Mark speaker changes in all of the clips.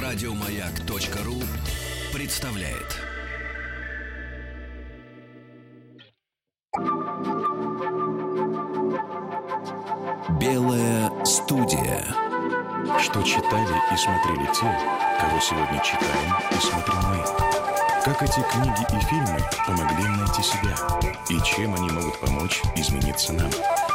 Speaker 1: Радиомаяк.ру представляет. Белая студия.
Speaker 2: Что читали и смотрели те, кого сегодня читаем и смотрим мы. Как эти книги и фильмы помогли им найти себя, и чем они могут помочь измениться нам.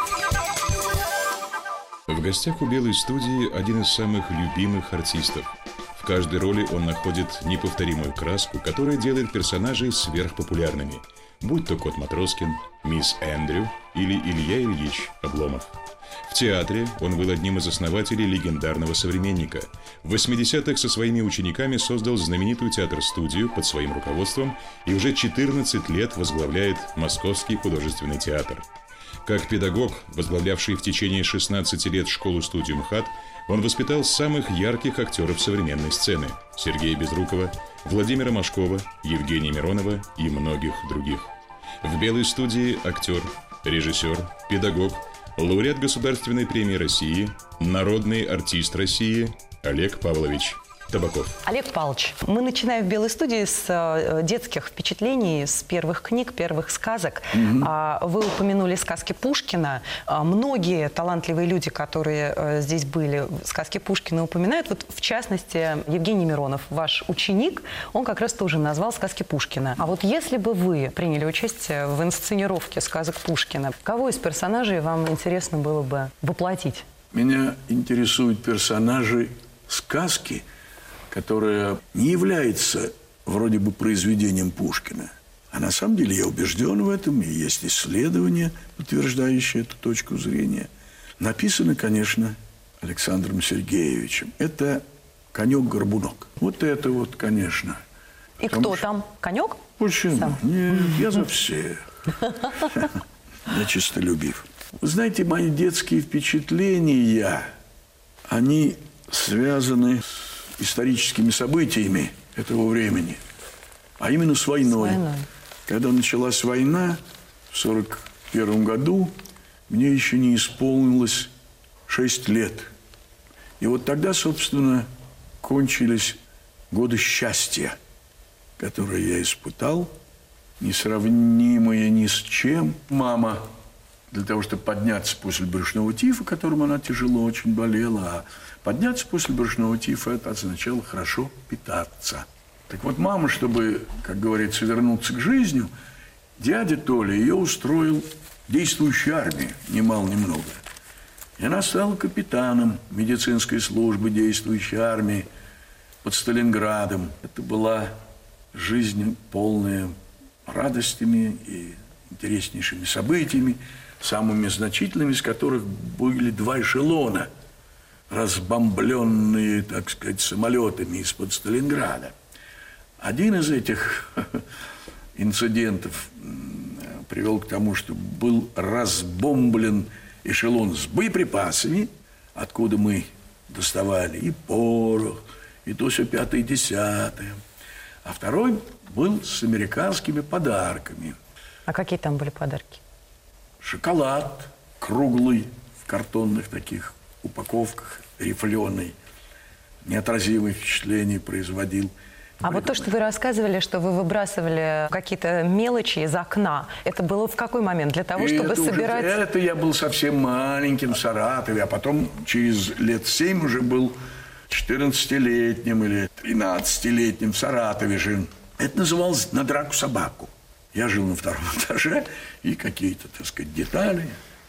Speaker 2: В гостях у Белой студии один из самых любимых артистов. В каждой роли он находит неповторимую краску, которая делает персонажей сверхпопулярными. Будь то Кот Матроскин, мисс Эндрю или Илья Ильич Обломов. В театре он был одним из основателей легендарного «Современника». В 80-х со своими учениками создал знаменитую театр-студию под своим руководством и уже 14 лет возглавляет Московский художественный театр. Как педагог, возглавлявший в течение 16 лет школу-студию МХАТ, он воспитал самых ярких актеров современной сцены – Сергея Безрукова, Владимира Машкова, Евгения Миронова и многих других. В «Белой студии» актер, режиссер, педагог, лауреат Государственной премии России, народный артист России Олег Павлович Табаков.
Speaker 3: Олег Павлович, мы начинаем в «Белой студии» с детских впечатлений, с первых книг, первых сказок. Вы упомянули сказки Пушкина. Многие талантливые люди, которые здесь были, сказки Пушкина упоминают. Вот, в частности, Евгений Миронов, ваш ученик, он как раз тоже назвал сказки Пушкина. А вот если бы вы приняли участие в инсценировке сказок Пушкина, кого из персонажей вам интересно было бы воплотить?
Speaker 4: Меня интересуют персонажи сказки, которая не является вроде бы произведением Пушкина. А на самом деле я убежден в этом, и есть исследования, подтверждающие эту точку зрения. Написано, конечно, Александром Сергеевичем. Это «Конек-горбунок». Вот это вот, конечно.
Speaker 3: И кто там? Конек?
Speaker 4: Почему?
Speaker 3: Сам.
Speaker 4: Нет, я за всех. Я честолюбив. Вы знаете, мои детские впечатления, они связаны с историческими событиями этого времени, а именно с войной. Когда началась война в 1941 году, мне еще не исполнилось 6 лет. И вот тогда, собственно, кончились годы счастья, которые я испытал, несравнимые ни с чем. Мама, для того, чтобы подняться после брюшного тифа, которым она тяжело очень болела, а подняться после брюшного тифа – это означало хорошо питаться. Так вот, мама, чтобы, как говорится, вернуться к жизни, дядя Толя ее устроил в действующую армию, ни мало ни много. И она стала капитаном медицинской службы действующей армии под Сталинградом. Это была жизнь, полная радостями и интереснейшими событиями, самыми значительными из которых были 2 эшелона, разбомбленные, так сказать, самолетами из-под Сталинграда. Один из этих инцидентов привел к тому, что был разбомблен эшелон с боеприпасами, откуда мы доставали и порох, и то все 5-е, 10-е. А второй был с американскими подарками. А
Speaker 3: какие там были подарки?
Speaker 4: Шоколад круглый, в картонных таких упаковках, рифленый, неотразимое впечатление производил.
Speaker 3: А вот то, что вы рассказывали, что вы выбрасывали какие-то мелочи из окна, это было в какой момент? Для того, чтобы собирать...
Speaker 4: Это я был совсем маленьким в Саратове, а потом через лет 7 уже был 14-летним или 13-летним в Саратове жил. Это называлось «На драку собаку». Я жил на 2-м этаже, и какие-то, так сказать, детали.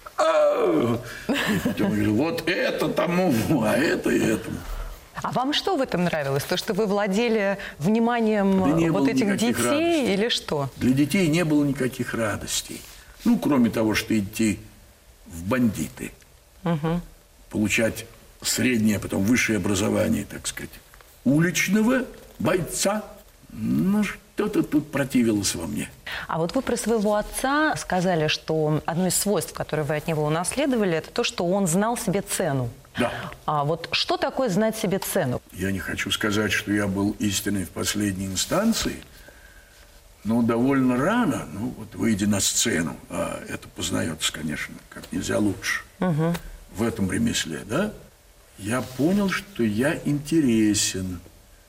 Speaker 4: И потом я говорю, вот это тому, а это этому.
Speaker 3: А вам что в этом нравилось? То, что вы владели вниманием вот этих детей радостей. Или что?
Speaker 4: Для детей не было никаких радостей. Ну, кроме того, что идти в бандиты. Получать среднее, а потом высшее образование, так сказать, уличного бойца. Ну, что-то тут противилось во мне.
Speaker 3: А вот вы про своего отца сказали, что одно из свойств, которые вы от него унаследовали, это то, что он знал себе цену.
Speaker 4: Да.
Speaker 3: А вот что такое знать себе цену?
Speaker 4: Я не хочу сказать, что я был истинной в последней инстанции, но довольно рано, ну вот выйдя на сцену, а это познается, конечно, как нельзя лучше в этом ремесле, да, я понял, что я интересен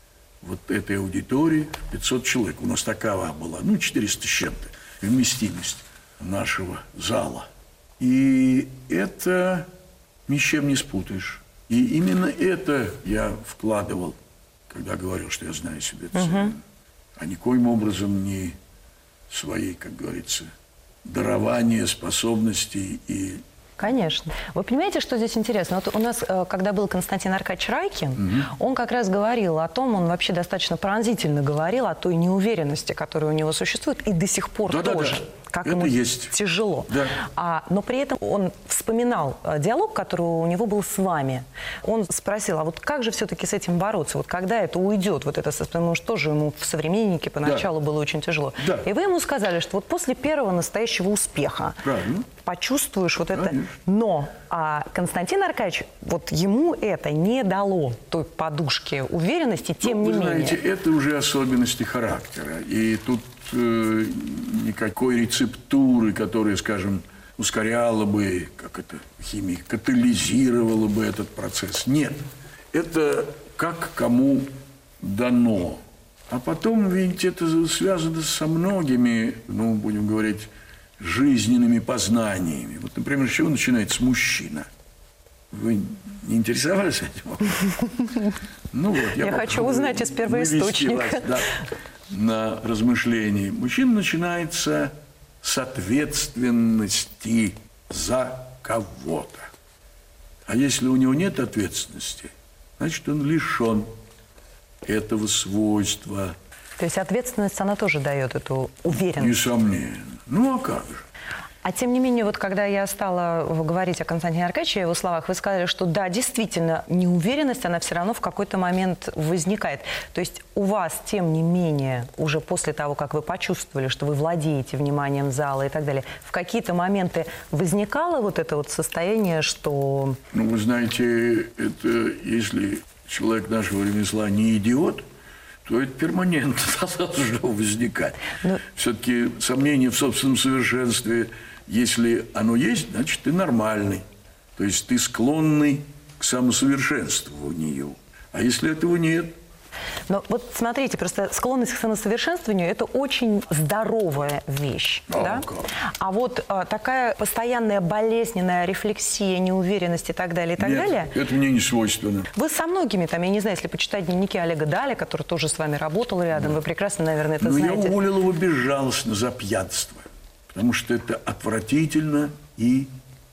Speaker 4: вот этой аудитории 500 человек. У нас такова была, 400 с чем-то, вместимость нашего зала. И это ни с чем не спутаешь. И именно это я вкладывал, когда говорил, что я знаю себе цену. А никоим образом не свои, как говорится, дарования, способности и...
Speaker 3: Конечно. Вы понимаете, что здесь интересно? Вот у нас, когда был Константин Аркадьевич Райкин, он как раз говорил о том, он вообще достаточно пронзительно говорил о той неуверенности, которая у него существует, и до сих пор тоже. Как
Speaker 4: это
Speaker 3: ему
Speaker 4: есть.
Speaker 3: Тяжело.
Speaker 4: Да.
Speaker 3: Но при этом он вспоминал диалог, который у него был с вами. Он спросил, а вот как же все-таки с этим бороться? Вот когда это уйдет, вот это, потому что тоже ему в «Современнике» поначалу было очень тяжело.
Speaker 4: Да.
Speaker 3: И вы ему сказали, что вот после первого настоящего успеха почувствуешь вот это. Но Константин Аркадьевич, вот ему это не дало той подушки уверенности, тем не менее.
Speaker 4: Вы знаете, это уже особенности характера. И тут никакой рецептуры, которая, скажем, ускоряла бы, как это, химия, катализировала бы этот процесс. Нет. Это как кому дано. А потом, видите, это связано со многими, будем говорить, жизненными познаниями. Вот, например, с чего начинается мужчина? Вы не интересовались этим?
Speaker 3: Я хочу узнать из первоисточника.
Speaker 4: На размышлении. Мужчина начинается с ответственности за кого-то. А если у него нет ответственности, значит, он лишен этого свойства.
Speaker 3: То есть ответственность, она тоже дает эту уверенность?
Speaker 4: Несомненно. А как же?
Speaker 3: А тем не менее, вот когда я стала говорить о Константине Аркадьевиче, о его словах, вы сказали, что да, действительно, неуверенность, она все равно в какой-то момент возникает. То есть у вас, тем не менее, уже после того, как вы почувствовали, что вы владеете вниманием зала и так далее, в какие-то моменты возникало вот это вот состояние, что...
Speaker 4: Вы знаете, это если человек нашего ремесла не идиот, то это перманентно должно возникать. Все-таки сомнение в собственном совершенстве, если оно есть, значит, ты нормальный. То есть ты склонный к самосовершенствованию. А если этого нет?
Speaker 3: Но вот смотрите, просто склонность к самосовершенствованию – это очень здоровая вещь. Да? А вот такая постоянная болезненная рефлексия, неуверенность и так далее, и так далее.
Speaker 4: Это мне не свойственно.
Speaker 3: Вы со многими, я не знаю, если почитать дневники Олега Даля, который тоже с вами работал рядом, вы прекрасно, наверное, это знаете.
Speaker 4: Я уволил его безжалостно за пьянство, потому что это отвратительно и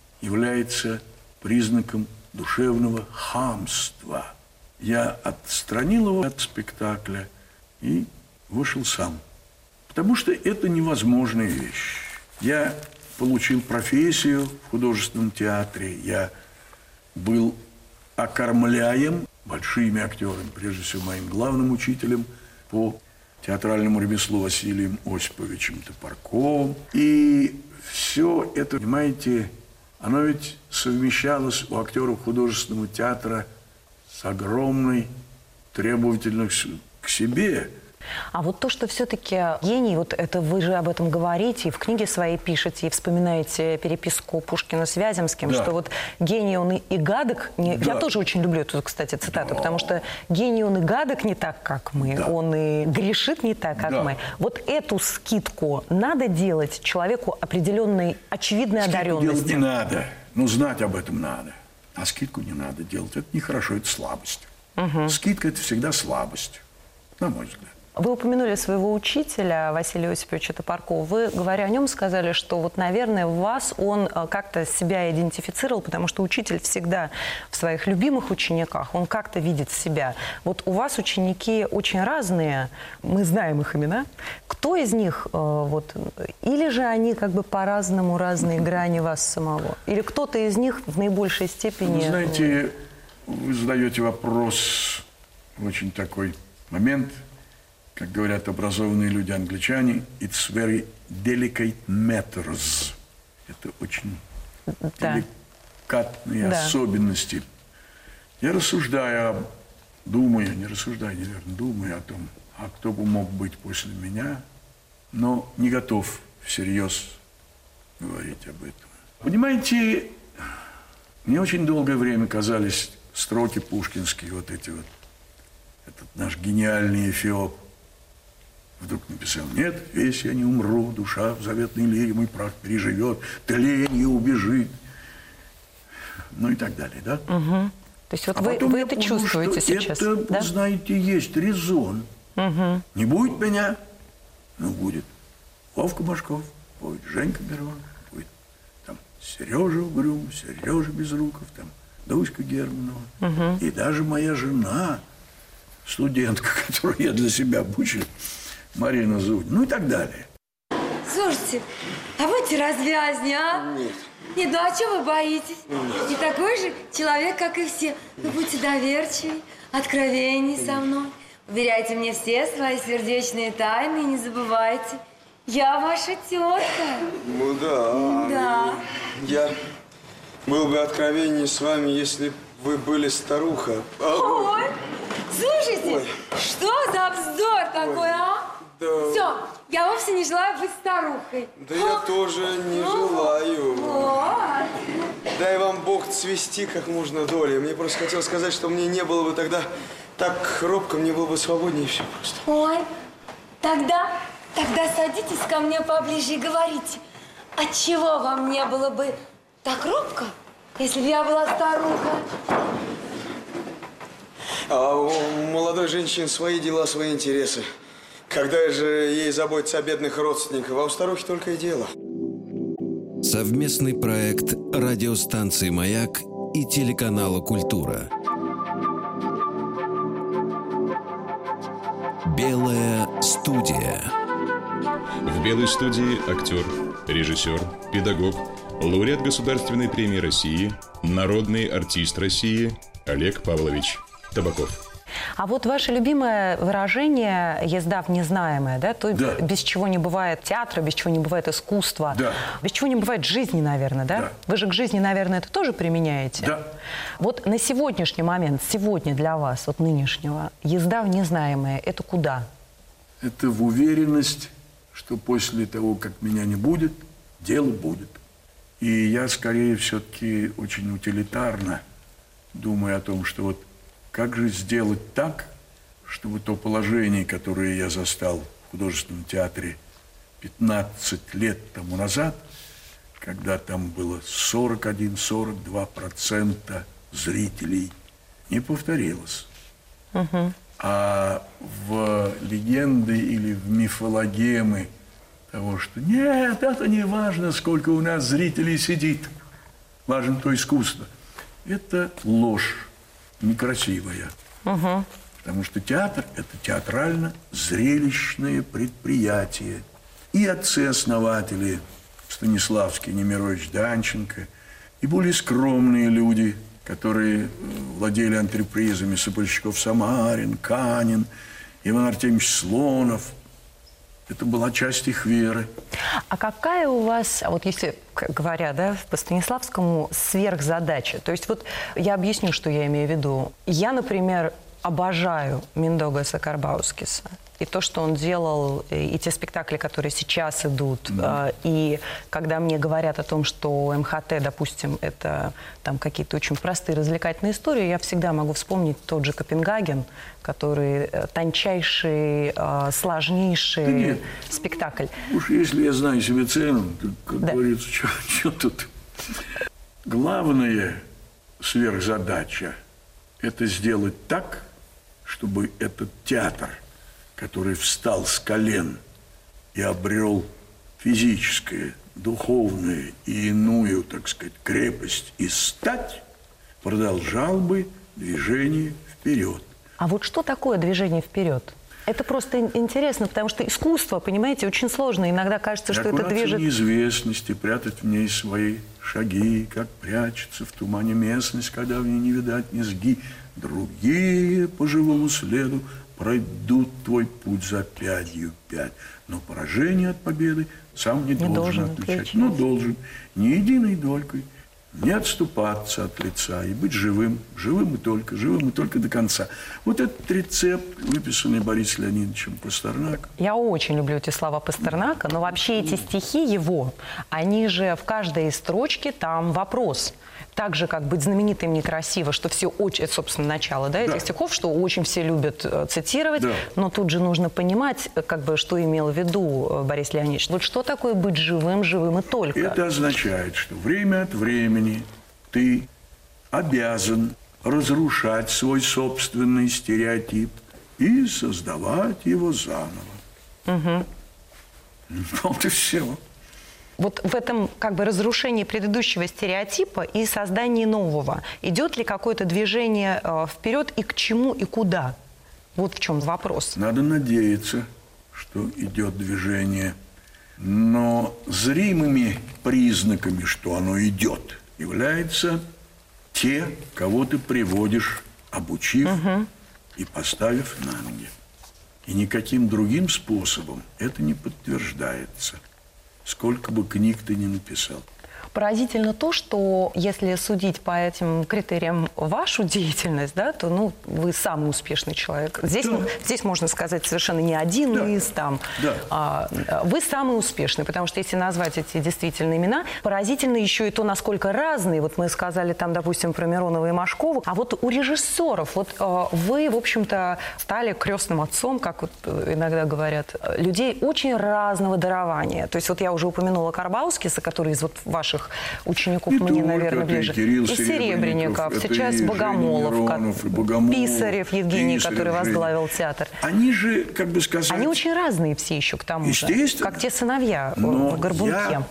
Speaker 4: является признаком душевного хамства. Я отстранил его от спектакля и вышел сам. Потому что это невозможная вещь. Я получил профессию в художественном театре. Я был окормляем большими актерами, прежде всего моим главным учителем по театральному ремеслу Василием Осиповичем Топорковым. И все это, понимаете, оно ведь совмещалось у актеров художественного театра с огромной требовательностью к себе.
Speaker 3: А вот то, что все-таки гений, вот это вы же об этом говорите, и в книге своей пишете, и вспоминаете переписку Пушкина с Вяземским, что вот гений он и гадок. Я тоже очень люблю эту, кстати, цитату, потому что гений он и гадок не так, как мы, он и грешит не так, как мы. Вот эту скидку надо делать человеку определенной, очевидной одаренности.
Speaker 4: Делать не надо, знать об этом надо. А скидку не надо делать. Это нехорошо, это слабость. Скидка – это всегда слабость, на мой взгляд.
Speaker 3: Вы упомянули своего учителя Василия Осиповича Топоркова. Вы, говоря о нем, сказали, что вот, наверное, в вас он как-то себя идентифицировал, потому что учитель всегда в своих любимых учениках, он как-то видит себя. Вот у вас ученики очень разные, мы знаем их имена. Кто из них, или же они как бы по-разному, разные грани вас самого? Или кто-то из них в наибольшей степени...
Speaker 4: Вы знаете, вы задаете вопрос, очень такой момент... Как говорят образованные люди англичане, it's very delicate matters. Это очень деликатные особенности. Я рассуждаю, думаю о том, а кто бы мог быть после меня, но не готов всерьез говорить об этом. Понимаете, мне очень долгое время казались строки пушкинские, вот эти вот этот наш гениальный Эфиоп, вдруг написал: нет, весь я не умру, душа в заветной лире мой прах переживет, тление убежит. Ну и так далее, да?
Speaker 3: Угу. То есть вот вы это
Speaker 4: понял,
Speaker 3: чувствуете
Speaker 4: что
Speaker 3: сейчас,
Speaker 4: это,
Speaker 3: да?
Speaker 4: знаете, есть резон.
Speaker 3: Угу.
Speaker 4: Не будет меня, но будет Вовка Машков, будет Женька Миронов, будет там Сережа Угрюм, Сережа Безруков, там Дуська Германова. Угу. И даже моя жена, студентка, которую я для себя обучил, Марина Зудина, ну и так далее.
Speaker 5: Слушайте, а будьте развязнее, а?
Speaker 6: Нет.
Speaker 5: Нет, ну а чего вы боитесь?
Speaker 6: Нет.
Speaker 5: Не такой же человек, как и все. Вы будьте доверчивей, откровенней со мной. Уверяйте мне все свои сердечные тайны и не забывайте, я ваша тетка.
Speaker 6: Ну да.
Speaker 5: Да.
Speaker 6: Я был бы откровеннее с вами, если бы вы были старуха.
Speaker 5: Ой, слушайте,
Speaker 6: Ой.
Speaker 5: что за вздор такой, а?
Speaker 6: Да.
Speaker 5: Все, я вовсе не желаю быть старухой.
Speaker 6: Да я тоже не желаю.
Speaker 5: Вот.
Speaker 6: Дай вам Бог цвести как можно долее. Мне просто хотел сказать, что мне не было бы тогда так робко, мне было бы свободнее, и все просто.
Speaker 5: Ой, тогда садитесь ко мне поближе и говорите, отчего вам не было бы так робко, если бы я была старуха?
Speaker 6: А у молодой женщины свои дела, свои интересы. Когда же ей заботиться о бедных родственниках, а у старухи только и дело.
Speaker 1: Совместный проект радиостанции «Маяк» и телеканала «Культура». Белая студия.
Speaker 2: В «Белой студии» актер, режиссер, педагог, лауреат Государственной премии России, народный артист России Олег Павлович Табаков.
Speaker 3: А вот ваше любимое выражение «езда в незнаемое», да? То
Speaker 4: Да.
Speaker 3: без чего не бывает театра, без чего не бывает искусства,
Speaker 4: Да.
Speaker 3: без чего не бывает жизни, наверное, да?
Speaker 4: Да.
Speaker 3: Вы же к жизни, наверное, это тоже применяете?
Speaker 4: Да.
Speaker 3: Вот на сегодняшний момент, сегодня для вас, вот нынешнего, езда в незнаемое – это куда?
Speaker 4: Это в уверенность, что после того, как меня не будет, дело будет. И я скорее все-таки очень утилитарно думаю о том, что вот как же сделать так, чтобы то положение, которое я застал в художественном театре 15 лет тому назад, когда там было 41-42% зрителей, не повторилось. А в легенды или в мифологемы того, что нет, это не важно, сколько у нас зрителей сидит, важно то искусство. Это ложь. Некрасивая. Потому что театр – это театрально-зрелищное предприятие. И отцы-основатели Станиславский, Немирович Данченко, и более скромные люди, которые владели антрепризами: Сапольщиков-Самарин, Канин, Иван Артемьевич Слонов. Это была часть их веры.
Speaker 3: А какая у вас, вот если, говоря, да, по Станиславскому, сверхзадача? То есть вот я объясню, что я имею в виду. Я, например, обожаю Миндоугаса Карбаускиса. И то, что он делал, и те спектакли, которые сейчас идут. И когда мне говорят о том, что МХТ, допустим, это там какие-то очень простые развлекательные истории, я всегда могу вспомнить тот же Копенгаген, который тончайший, сложнейший спектакль.
Speaker 4: Уж если я знаю себе цену, то, как говорится, что тут. Главная сверхзадача – это сделать так, чтобы этот театр, который встал с колен и обрел физическое, духовное и иную, так сказать, крепость и стать, продолжал бы движение вперед.
Speaker 3: А вот что такое движение вперед? Это просто интересно, потому что искусство, понимаете, очень сложно. Иногда кажется, что это движет...
Speaker 4: неизвестности, прятать в ней свои шаги, как прячется в тумане местность, когда в ней не видать низги. Другие по живому следу пройдут твой путь за пятью пять. Но поражение от победы сам не должен отличать. Но должен не единой долькой, не отступаться от лица и быть живым и только до конца. Вот этот рецепт, выписанный Борисом Леонидовичем Пастернаком.
Speaker 3: Я очень люблю эти слова Пастернака, но вообще эти стихи его, они же в каждой из строчки там вопрос. Так же, как «Быть знаменитым некрасиво», что все очень, это, собственно, начало, да, этих стихов, что очень все любят цитировать, но тут же нужно понимать, как бы, что имел в виду Борис Леонидович. Вот что такое быть живым и только?
Speaker 4: Это означает, что время от времени ты обязан разрушать свой собственный стереотип и создавать его заново. Вот и все.
Speaker 3: Вот в этом как бы разрушении предыдущего стереотипа и создании нового идет ли какое-то движение вперед и к чему, и куда? Вот в чем вопрос.
Speaker 4: Надо надеяться, что идет движение, но зримыми признаками, что оно идет, являются те, кого ты приводишь, обучив и поставив на ноги. И никаким другим способом это не подтверждается. Сколько бы книг ты ни написал.
Speaker 3: Поразительно то, что если судить по этим критериям вашу деятельность, да, то ну, вы самый успешный человек. Здесь можно сказать совершенно не один из там. Вы самый успешный, потому что если назвать эти действительно имена, поразительно еще и то, насколько разные. Вот мы сказали там, допустим, про Миронова и Машкову. А вот у режиссеров, вот вы, в общем-то, стали крестным отцом, как вот иногда говорят, людей очень разного дарования. То есть вот я уже упомянула Карбаускиса, который из вот ваших учеников мне, наверное, ближе.
Speaker 4: И
Speaker 3: Серебренников, сейчас Богомолов, Писарев Евгений, который возглавил театр.
Speaker 4: Они же, как бы сказать...
Speaker 3: Они очень разные все еще к тому же. Как те сыновья в Горбунке.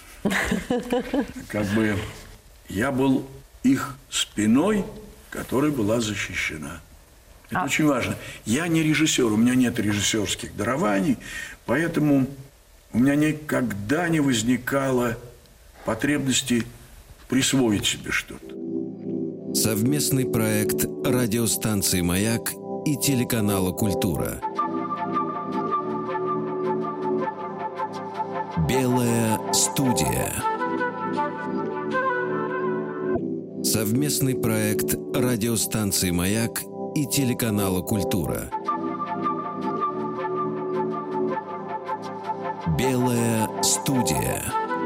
Speaker 4: Как бы я был их спиной, которая была защищена. Это очень важно. Я не режиссер, у меня нет режиссерских дарований, поэтому у меня никогда не возникало потребности присвоить себе что-то.
Speaker 1: Совместный проект радиостанции «Маяк» и телеканала «Культура». Белая студия. Совместный проект радиостанции «Маяк» и телеканала «Культура». Белая студия.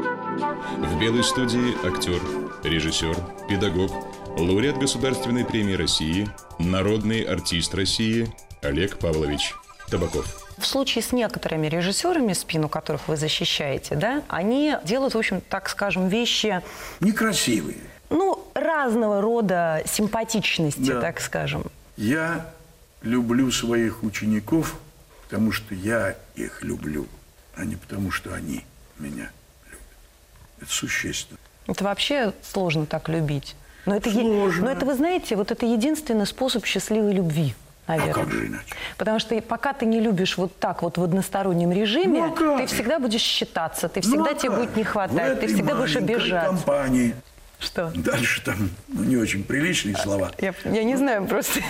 Speaker 2: В «Белой студии» актер, режиссер, педагог, лауреат Государственной премии России, народный артист России Олег Павлович Табаков.
Speaker 3: В случае с некоторыми режиссерами, спину которых вы защищаете, да, они делают, в общем, так скажем, вещи...
Speaker 4: Некрасивые.
Speaker 3: Ну, разного рода симпатичности, так скажем.
Speaker 4: Я люблю своих учеников, потому что я их люблю, а не потому что они меня. Это существенно.
Speaker 3: Это вообще сложно так любить. Но это, вы знаете, вот это единственный способ счастливой любви, наверное.
Speaker 4: А как же иначе?
Speaker 3: Потому что пока ты не любишь вот так вот в одностороннем режиме, ты всегда будешь считаться, ты всегда тебе будет не хватать, ты всегда будешь обижать.
Speaker 4: Компании.
Speaker 3: Что?
Speaker 4: Дальше там не очень приличные слова.
Speaker 3: Я не знаю просто.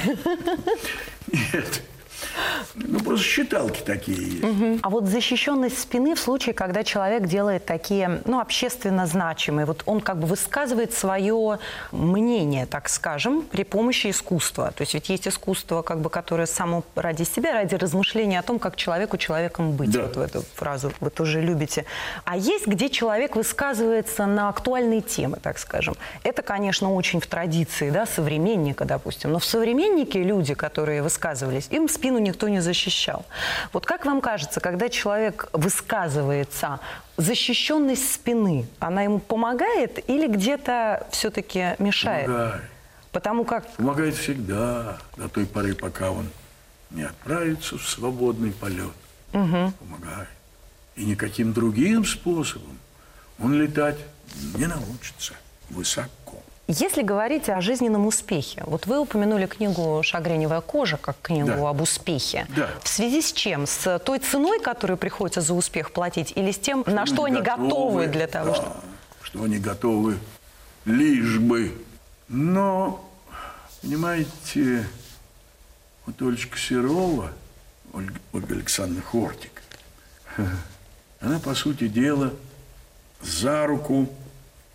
Speaker 4: Нет. Ну, просто считалки такие есть.
Speaker 3: А вот защищенность спины в случае, когда человек делает такие, ну, общественно значимые, вот он как бы высказывает свое мнение, так скажем, при помощи искусства. То есть ведь есть искусство, как бы, которое само ради себя, ради размышления о том, как человеку человеком быть.
Speaker 4: Да.
Speaker 3: Вот в эту фразу вы тоже любите. А есть, где человек высказывается на актуальные темы, так скажем. Это, конечно, очень в традиции, да, современника, допустим. Но в современнике люди, которые высказывались, им спину никто не защищал. Вот как вам кажется, когда человек высказывается, защищенность спины, она ему помогает или где-то все-таки мешает?
Speaker 4: Помогает.
Speaker 3: Потому как...
Speaker 4: Помогает всегда, до той поры, пока он не отправится в свободный полет. Помогает. И никаким другим способом он летать не научится высоко.
Speaker 3: Если говорить о жизненном успехе, вот вы упомянули книгу «Шагреневая кожа» как книгу об успехе.
Speaker 4: Да.
Speaker 3: В связи с чем? С той ценой, которую приходится за успех платить, или с тем, на что они готовы для того, чтобы...
Speaker 4: Что они готовы, лишь бы. Но, понимаете, вот Олечка Серова, Ольга Александровна Хортик, она, по сути дела, за руку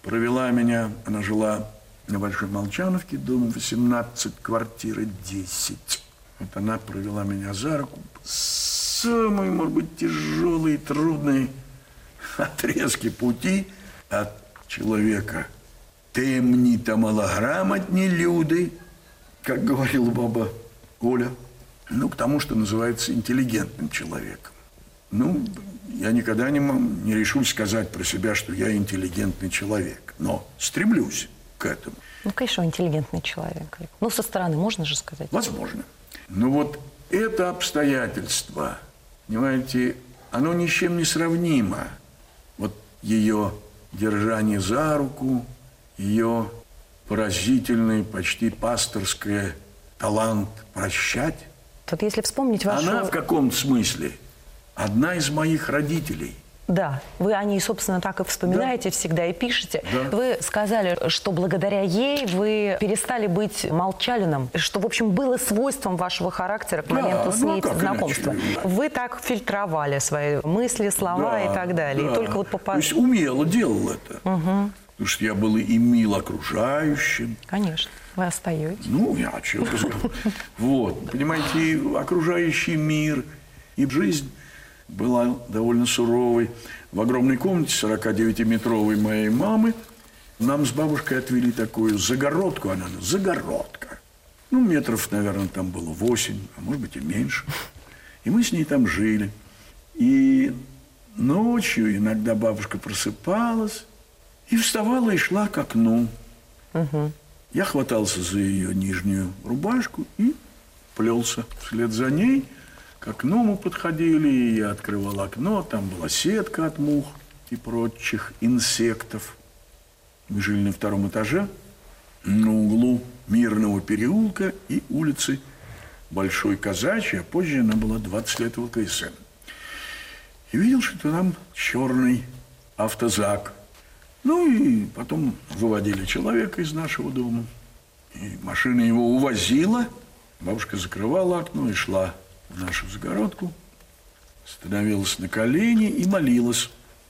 Speaker 4: провела меня, она жила на Большой Молчановке, дом 18, квартира 10. Вот она провела меня за руку. Самые, может быть, тяжелые, трудные отрезки пути от человека темни та малограмотні люди, как говорила баба Оля, ну, к тому, что называется интеллигентным человеком. Ну, я никогда не решусь сказать про себя, что я интеллигентный человек, но стремлюсь к этому.
Speaker 3: Ну, конечно, интеллигентный человек. Ну, со стороны можно же сказать.
Speaker 4: Возможно. Но вот это обстоятельство, понимаете, оно ни с чем не сравнимо. Вот ее держание за руку, ее поразительный, почти пасторский талант прощать.
Speaker 3: Вот если вспомнить вашу...
Speaker 4: Она в каком-то смысле одна из моих родителей.
Speaker 3: Да, вы о ней, собственно, так и вспоминаете всегда и пишете. Да. Вы сказали, что благодаря ей вы перестали быть молчалином, что, в общем, было свойством вашего характера к моменту с ней знакомства. Иначе? Вы так фильтровали свои мысли, слова и так далее. И только вот
Speaker 4: То есть умело делал это. Потому что я был и мил окружающим.
Speaker 3: Конечно, вы остаетесь.
Speaker 4: Ну, я чего сказал. Вот, понимаете, окружающий мир и жизнь была довольно суровой. В огромной комнате 49-метровой моей мамы нам с бабушкой отвели такую загородку, загородка. Ну, метров, наверное, там было 8, а может быть и меньше. И мы с ней там жили. И ночью иногда бабушка просыпалась и вставала и шла к окну. Я хватался за ее нижнюю рубашку и плелся вслед за ней. К окну мы подходили, и я открывал окно, там была сетка от мух и прочих инсектов. Мы жили на 2-м этаже, на углу Мирного переулка и улицы Большой Казачьей, а позже она была 20 лет в ЛКСМ. И видел, что там черный автозак. Ну и потом выводили человека из нашего дома. И машина его увозила, бабушка закрывала окно и шла в нашу загородку, становилась на колени и молилась.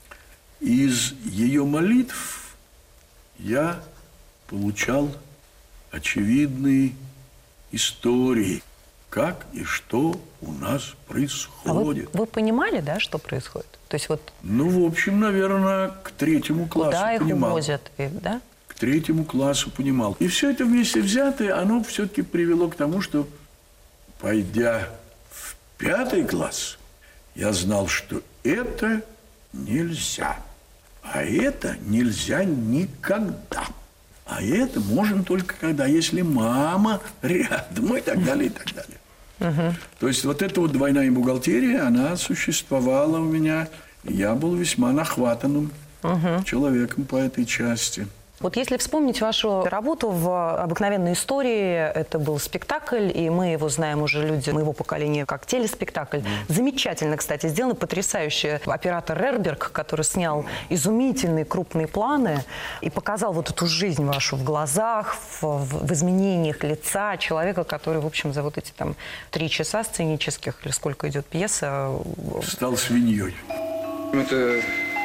Speaker 4: Из ее молитв я получал очевидные истории, как и что у нас происходит.
Speaker 3: А вы понимали, да, что происходит? То есть вот...
Speaker 4: Ну, в общем, наверное, к 3-му классу
Speaker 3: куда
Speaker 4: понимал.
Speaker 3: Их увозят, да?
Speaker 4: К 3-му классу понимал. И все это вместе взятое, оно все-таки привело к тому, что, пойдя в 5-й класс, я знал, что это нельзя. А это нельзя никогда. А это можно только когда, если мама рядом, и так далее, и так далее. То есть вот эта вот двойная бухгалтерия, она существовала у меня. Я был весьма нахватанным человеком по этой части.
Speaker 3: Вот если вспомнить вашу работу в «Обыкновенной истории», это был спектакль, и мы его знаем уже, люди моего поколения, как телеспектакль. Замечательно, кстати, сделано, потрясающе. Оператор Рерберг, который снял изумительные крупные планы и показал вот эту жизнь вашу в глазах, в изменениях лица человека, который, в общем, за вот эти там 3 часа сценических, или сколько идет пьеса...
Speaker 4: Стал свиньей.
Speaker 7: Это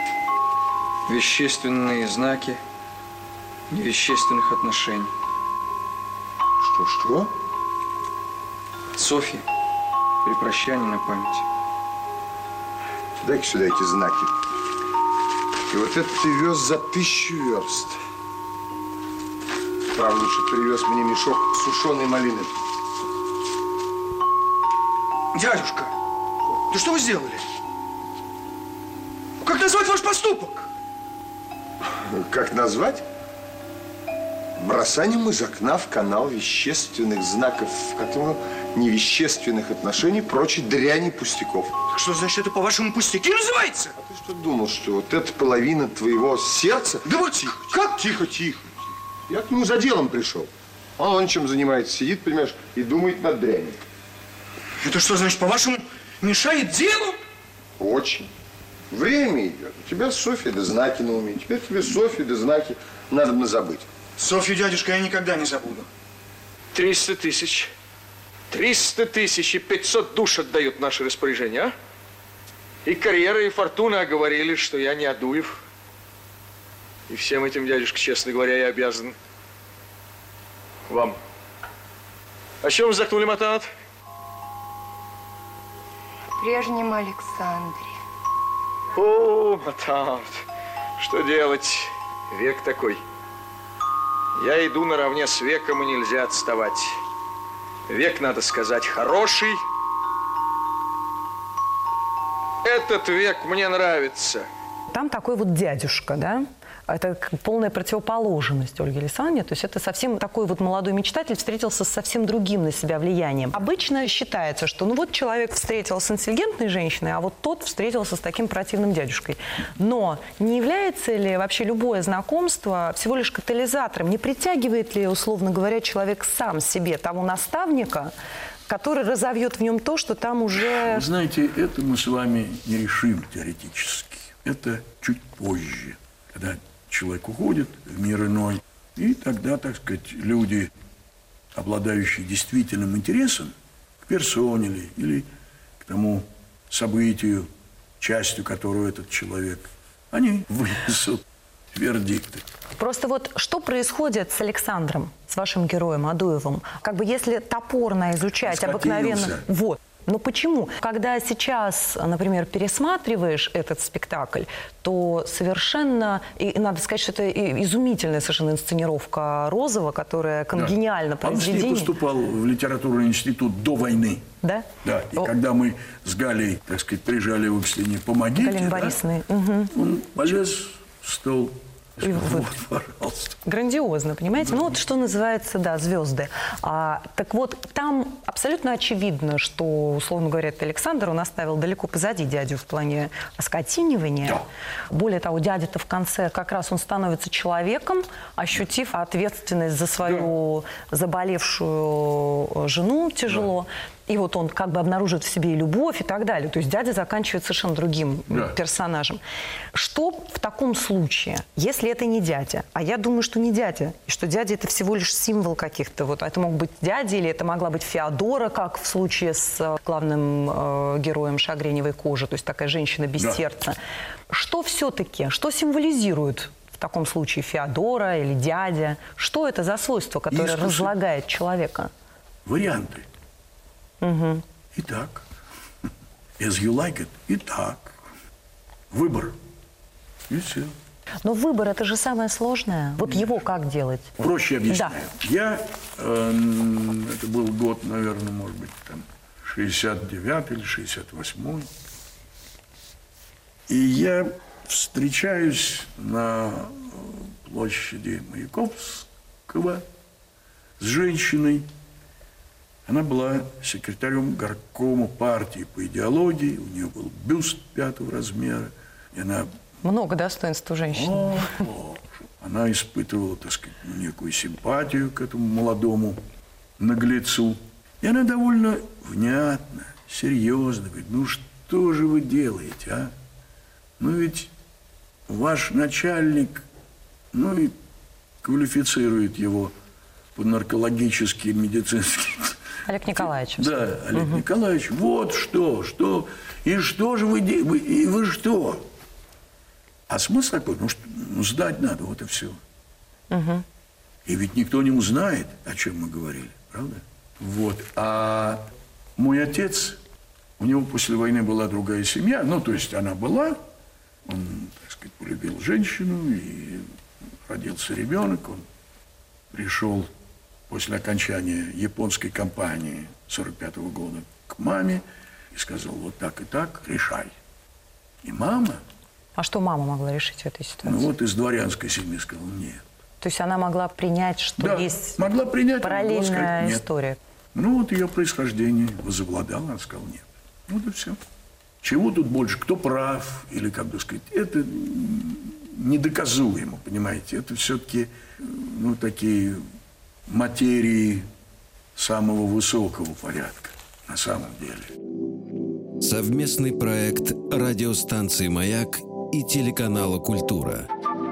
Speaker 7: вещественные знаки невещественных отношений.
Speaker 6: Что?
Speaker 7: Софья, при прощании на память.
Speaker 6: Дай-ка сюда эти знаки. И вот это ты вез за 1000 верст. Правда, лучше привез мне мешок сушеной малины.
Speaker 7: Дядюшка, да что вы сделали? Как назвать ваш поступок?
Speaker 6: Как назвать? Бросанием из окна в канал вещественных знаков, в котором невещественных отношений, прочей дряни пустяков.
Speaker 7: Так что, значит, это по-вашему пустяки называется?
Speaker 6: А ты что думал, что вот эта половина твоего сердца...
Speaker 7: Да вот тихо. Как?
Speaker 6: Тихо. Я к нему за делом пришел. А он чем занимается? Сидит, понимаешь, и думает над дрянью.
Speaker 7: Это что, значит, по-вашему, мешает делу?
Speaker 6: Очень. Время идет. У тебя Софья да знаки на уме. Теперь тебе Софья да знаки надо бы забыть.
Speaker 7: Софью, дядюшка, я никогда не забуду.
Speaker 8: 300 тысяч. 300 тысяч и 500 душ отдают в наше распоряжение, а? И карьера, и фортуна говорили, что я не Адуев. И всем этим, дядюшка, честно говоря, я обязан вам. О чем вы заткнули, матант?
Speaker 9: В прежнем Александре.
Speaker 8: О, матант, что делать? Век такой. Я иду наравне с веком, и нельзя отставать. Век, надо сказать, хороший. Этот век мне нравится.
Speaker 3: Там такой вот дядюшка, да? Это полная противоположность Ольге Александровне. То есть это совсем такой вот молодой мечтатель встретился с совсем другим на себя влиянием. Обычно считается, что ну вот человек встретился с интеллигентной женщиной, а вот тот встретился с таким противным дядюшкой. Но не является ли вообще любое знакомство всего лишь катализатором? Не притягивает ли, условно говоря, человек сам себе того наставника, который разовьет в нем то, что там уже...
Speaker 4: Вы знаете, это мы с вами не решим теоретически. Это чуть позже, когда человек уходит в мир иной, и тогда, так сказать, люди, обладающие действительным интересом к персоне или к тому событию, частью которого этот человек, они вынесут вердикты.
Speaker 3: Просто вот что происходит с Александром, с вашим героем Адуевым? Как бы если топорно изучать обыкновенно... Вот. Но почему? Когда сейчас, например, пересматриваешь этот спектакль, то совершенно, и надо сказать, что это изумительная совершенно инсценировка Розова, которая конгениально произведение.
Speaker 4: Он с ней поступал в литературный институт до войны.
Speaker 3: Да?
Speaker 4: Да. И когда мы с Галей, так сказать, прижали его к стене, помогите,
Speaker 3: Галиной Борисовной. Угу.
Speaker 4: Он полез в стол. Вот, пожалуйста.
Speaker 3: Грандиозно, понимаете? Ну, вот что называется, да, звезды. Так вот, там абсолютно очевидно, что, условно говоря, Александр, он оставил далеко позади дядю в плане оскотинивания. Да. Более того, дядя-то в конце как раз он становится человеком, ощутив ответственность за свою заболевшую жену тяжело. Да. И вот он как бы обнаружит в себе и любовь, и так далее. То есть дядя заканчивает совершенно другим персонажем. Что в таком случае, если это не дядя? А я думаю, что не дядя. И что дядя – это всего лишь символ каких-то. Вот. Это мог быть дядя, или это могла быть Феодора, как в случае с главным героем «Шагреневой кожи». То есть такая женщина без сердца. Что все-таки, что символизирует в таком случае Феодора или дядя? Что это за свойство, которое разлагает человека?
Speaker 4: Варианты. Угу. Итак, as you like it, итак, выбор, и все.
Speaker 3: Но выбор – это же самое сложное. Вот его как делать?
Speaker 4: Проще объясняю.
Speaker 3: Да.
Speaker 4: Я, это был год, наверное, может быть, там, 69-й или 68-й, и я встречаюсь на площади Маяковского с женщиной. Она была секретарем горкома партии по идеологии, у нее был бюст 5-го размера. И она...
Speaker 3: Много достоинств у женщины.
Speaker 4: Она испытывала, так сказать, некую симпатию к этому молодому наглецу. И она довольно внятно, серьезно говорит: ну что же вы делаете, а? Ну ведь ваш начальник, ну и квалифицирует его по наркологическим, медицинским...
Speaker 3: Олег Николаевич.
Speaker 4: Да, Олег Николаевич. Вот что. И что же вы делаете? И вы что? А смысл такой? Ну, сдать надо, вот и все. Угу. И ведь никто не узнает, о чем мы говорили, правда? Вот. А мой отец, у него после войны была другая семья. Ну, то есть она была. Он, так сказать, полюбил женщину, и родился ребенок. Он пришел после окончания японской кампании 45-го года к маме и сказал: вот так и так, решай. И мама...
Speaker 3: А что мама могла решить в этой ситуации?
Speaker 4: Ну вот из дворянской семьи сказала: нет.
Speaker 3: То есть она могла принять, что есть
Speaker 4: могла принять,
Speaker 3: параллельная
Speaker 4: сказать,
Speaker 3: история?
Speaker 4: Ну вот ее происхождение возобладало, она сказала: нет. Вот и все. Чего тут больше? Кто прав? Или, как бы сказать, это недоказуемо, понимаете? Это все-таки, ну, такие... материи самого высокого порядка, на самом деле.
Speaker 1: Совместный проект радиостанции «Маяк» и телеканала «Культура».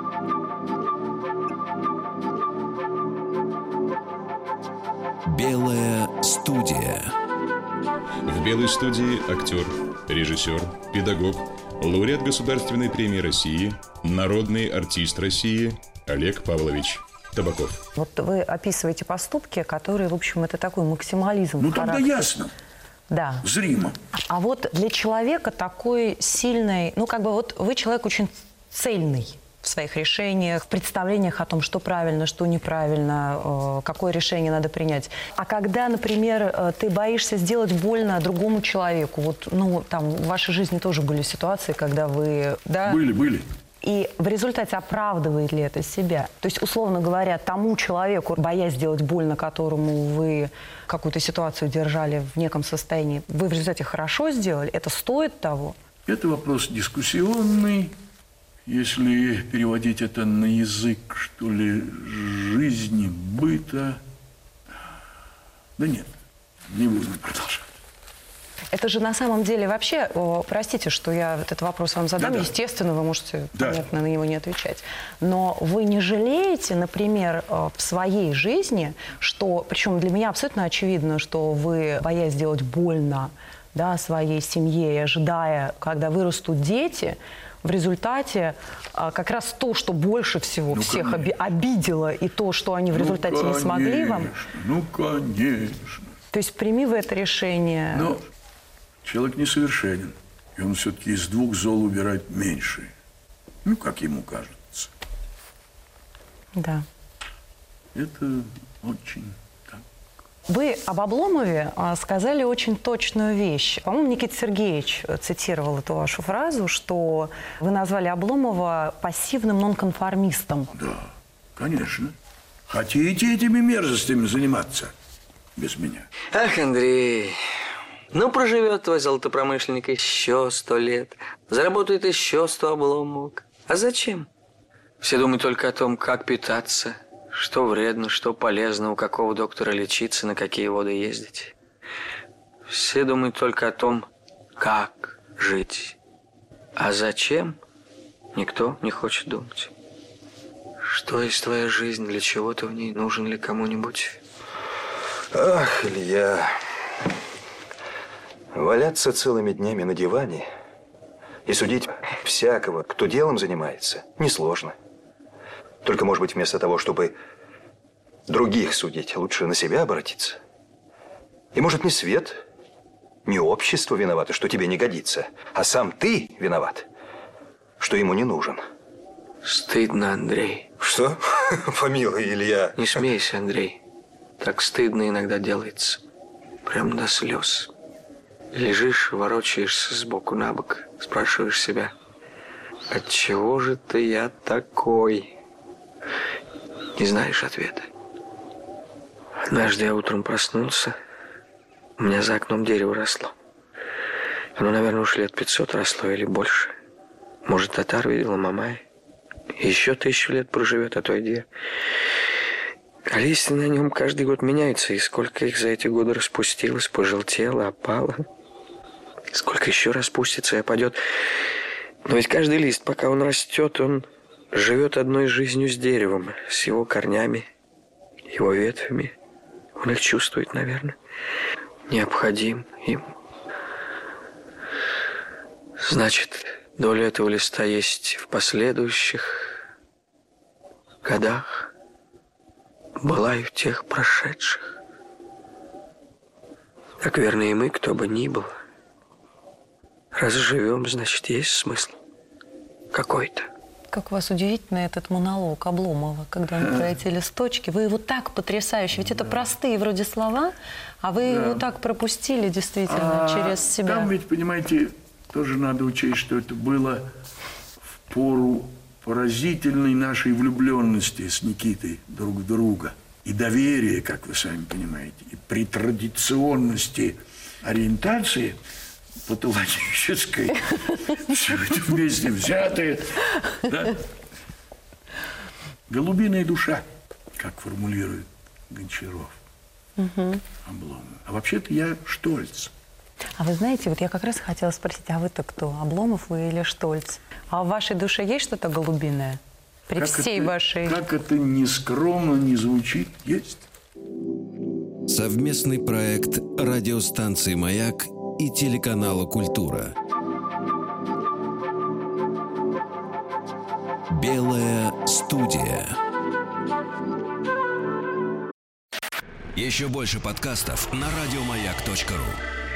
Speaker 1: Белая студия.
Speaker 2: В «Белой студии» актер, режиссер, педагог, лауреат Государственной премии России, Народный артист России Олег Павлович Табаков.
Speaker 3: Вот вы описываете поступки, которые, в общем, это такой максимализм.
Speaker 4: Ну, тогда ясно.
Speaker 3: Да.
Speaker 4: Зримо.
Speaker 3: А вот для человека такой сильный, ну, как бы вот вы человек очень цельный в своих решениях, в представлениях о том, что правильно, что неправильно, какое решение надо принять. А когда, например, ты боишься сделать больно другому человеку, вот, ну, там в вашей жизни тоже были ситуации, когда вы... Да?
Speaker 4: Были.
Speaker 3: И в результате оправдывает ли это себя? То есть, условно говоря, тому человеку, боясь сделать больно, которому вы какую-то ситуацию держали в неком состоянии, вы в результате хорошо сделали? Это стоит того?
Speaker 4: Это вопрос дискуссионный. Если переводить это на язык, что ли, жизни, быта... Да нет, не будем продолжать.
Speaker 3: Это же на самом деле вообще, простите, что я этот вопрос вам задам, да. Естественно, вы можете, понятно, на него не отвечать. Но вы не жалеете, например, в своей жизни, что, причем для меня абсолютно очевидно, что вы, боясь сделать больно, да, своей семье и ожидая, когда вырастут дети, в результате как раз то, что больше всего всех обидело, и то, что они в результате не смогли вам...
Speaker 4: Ну, конечно.
Speaker 3: То есть прими вы это решение...
Speaker 4: Но человек несовершенен, и он все-таки из двух зол убирает меньшее. Ну, как ему кажется.
Speaker 3: Да.
Speaker 4: Это очень...
Speaker 3: Вы об Обломове сказали очень точную вещь. По-моему, Никита Сергеевич цитировал эту вашу фразу, что вы назвали Обломова пассивным нонконформистом.
Speaker 4: Да, конечно. Хотите этими мерзостями заниматься без меня?
Speaker 10: Ах, Андрей, ну проживет твой золотопромышленник еще 100 лет, заработает еще 100 обломок. А зачем? Все думают только о том, как питаться, что вредно, что полезно, у какого доктора лечиться, на какие воды ездить. Все думают только о том, как жить. А зачем? Никто не хочет думать. Что есть твоя жизнь, для чего ты в ней, нужен ли кому-нибудь?
Speaker 11: Ах, Илья, валяться целыми днями на диване и судить всякого, кто делом занимается, несложно. Только, может быть, вместо того, чтобы других судить, лучше на себя обратиться. И, может, не свет, не общество виновато, что тебе не годится, а сам ты виноват, что ему не нужен.
Speaker 10: Стыдно, Андрей.
Speaker 11: Что? Помилуй, Илья.
Speaker 10: Не смейся, Андрей. Так стыдно иногда делается. Прям до слез. Лежишь, ворочаешься сбоку на бок, спрашиваешь себя, отчего же ты я такой? Не знаешь ответа. Однажды я утром проснулся, у меня за окном дерево росло. Оно, наверное, уж лет 500 росло или больше. Может, татар видела, Мамай. Еще 1000 лет проживет, а то и 2. А листья на нем каждый год меняются, и сколько их за эти годы распустилось, пожелтело, опало. Сколько еще распустится и опадет. Но ведь каждый лист, пока он растет, он живет одной жизнью с деревом, с его корнями, его ветвями. Он их чувствует, наверное. Необходим им. Значит, доля этого листа есть в последующих годах. Была и в тех прошедших. Так верно и мы, кто бы ни был. Раз живем, значит, есть смысл какой-то.
Speaker 3: Как у вас удивительно этот монолог Обломова, когда он про эти листочки. Вы его так потрясающе, ведь это простые вроде слова, а вы его так пропустили действительно через себя.
Speaker 4: Там ведь, понимаете, тоже надо учесть, что это было в пору поразительной нашей влюбленности с Никитой друг в друга. И доверия, как вы сами понимаете, и при традиционности ориентации патологической, все это вместе взятое. Да? Голубиная душа, как формулирует Гончаров. Обломов. А вообще-то я Штольц.
Speaker 3: А вы знаете, вот я как раз хотела спросить, а вы-то кто, Обломов вы или Штольц? А в вашей душе есть что-то голубиное? При всей вашей...
Speaker 4: Как это нескромно не звучит, есть.
Speaker 1: Совместный проект радиостанции «Маяк» и телеканала «Культура». Белая студия. Еще больше подкастов на радиомаяк.ру.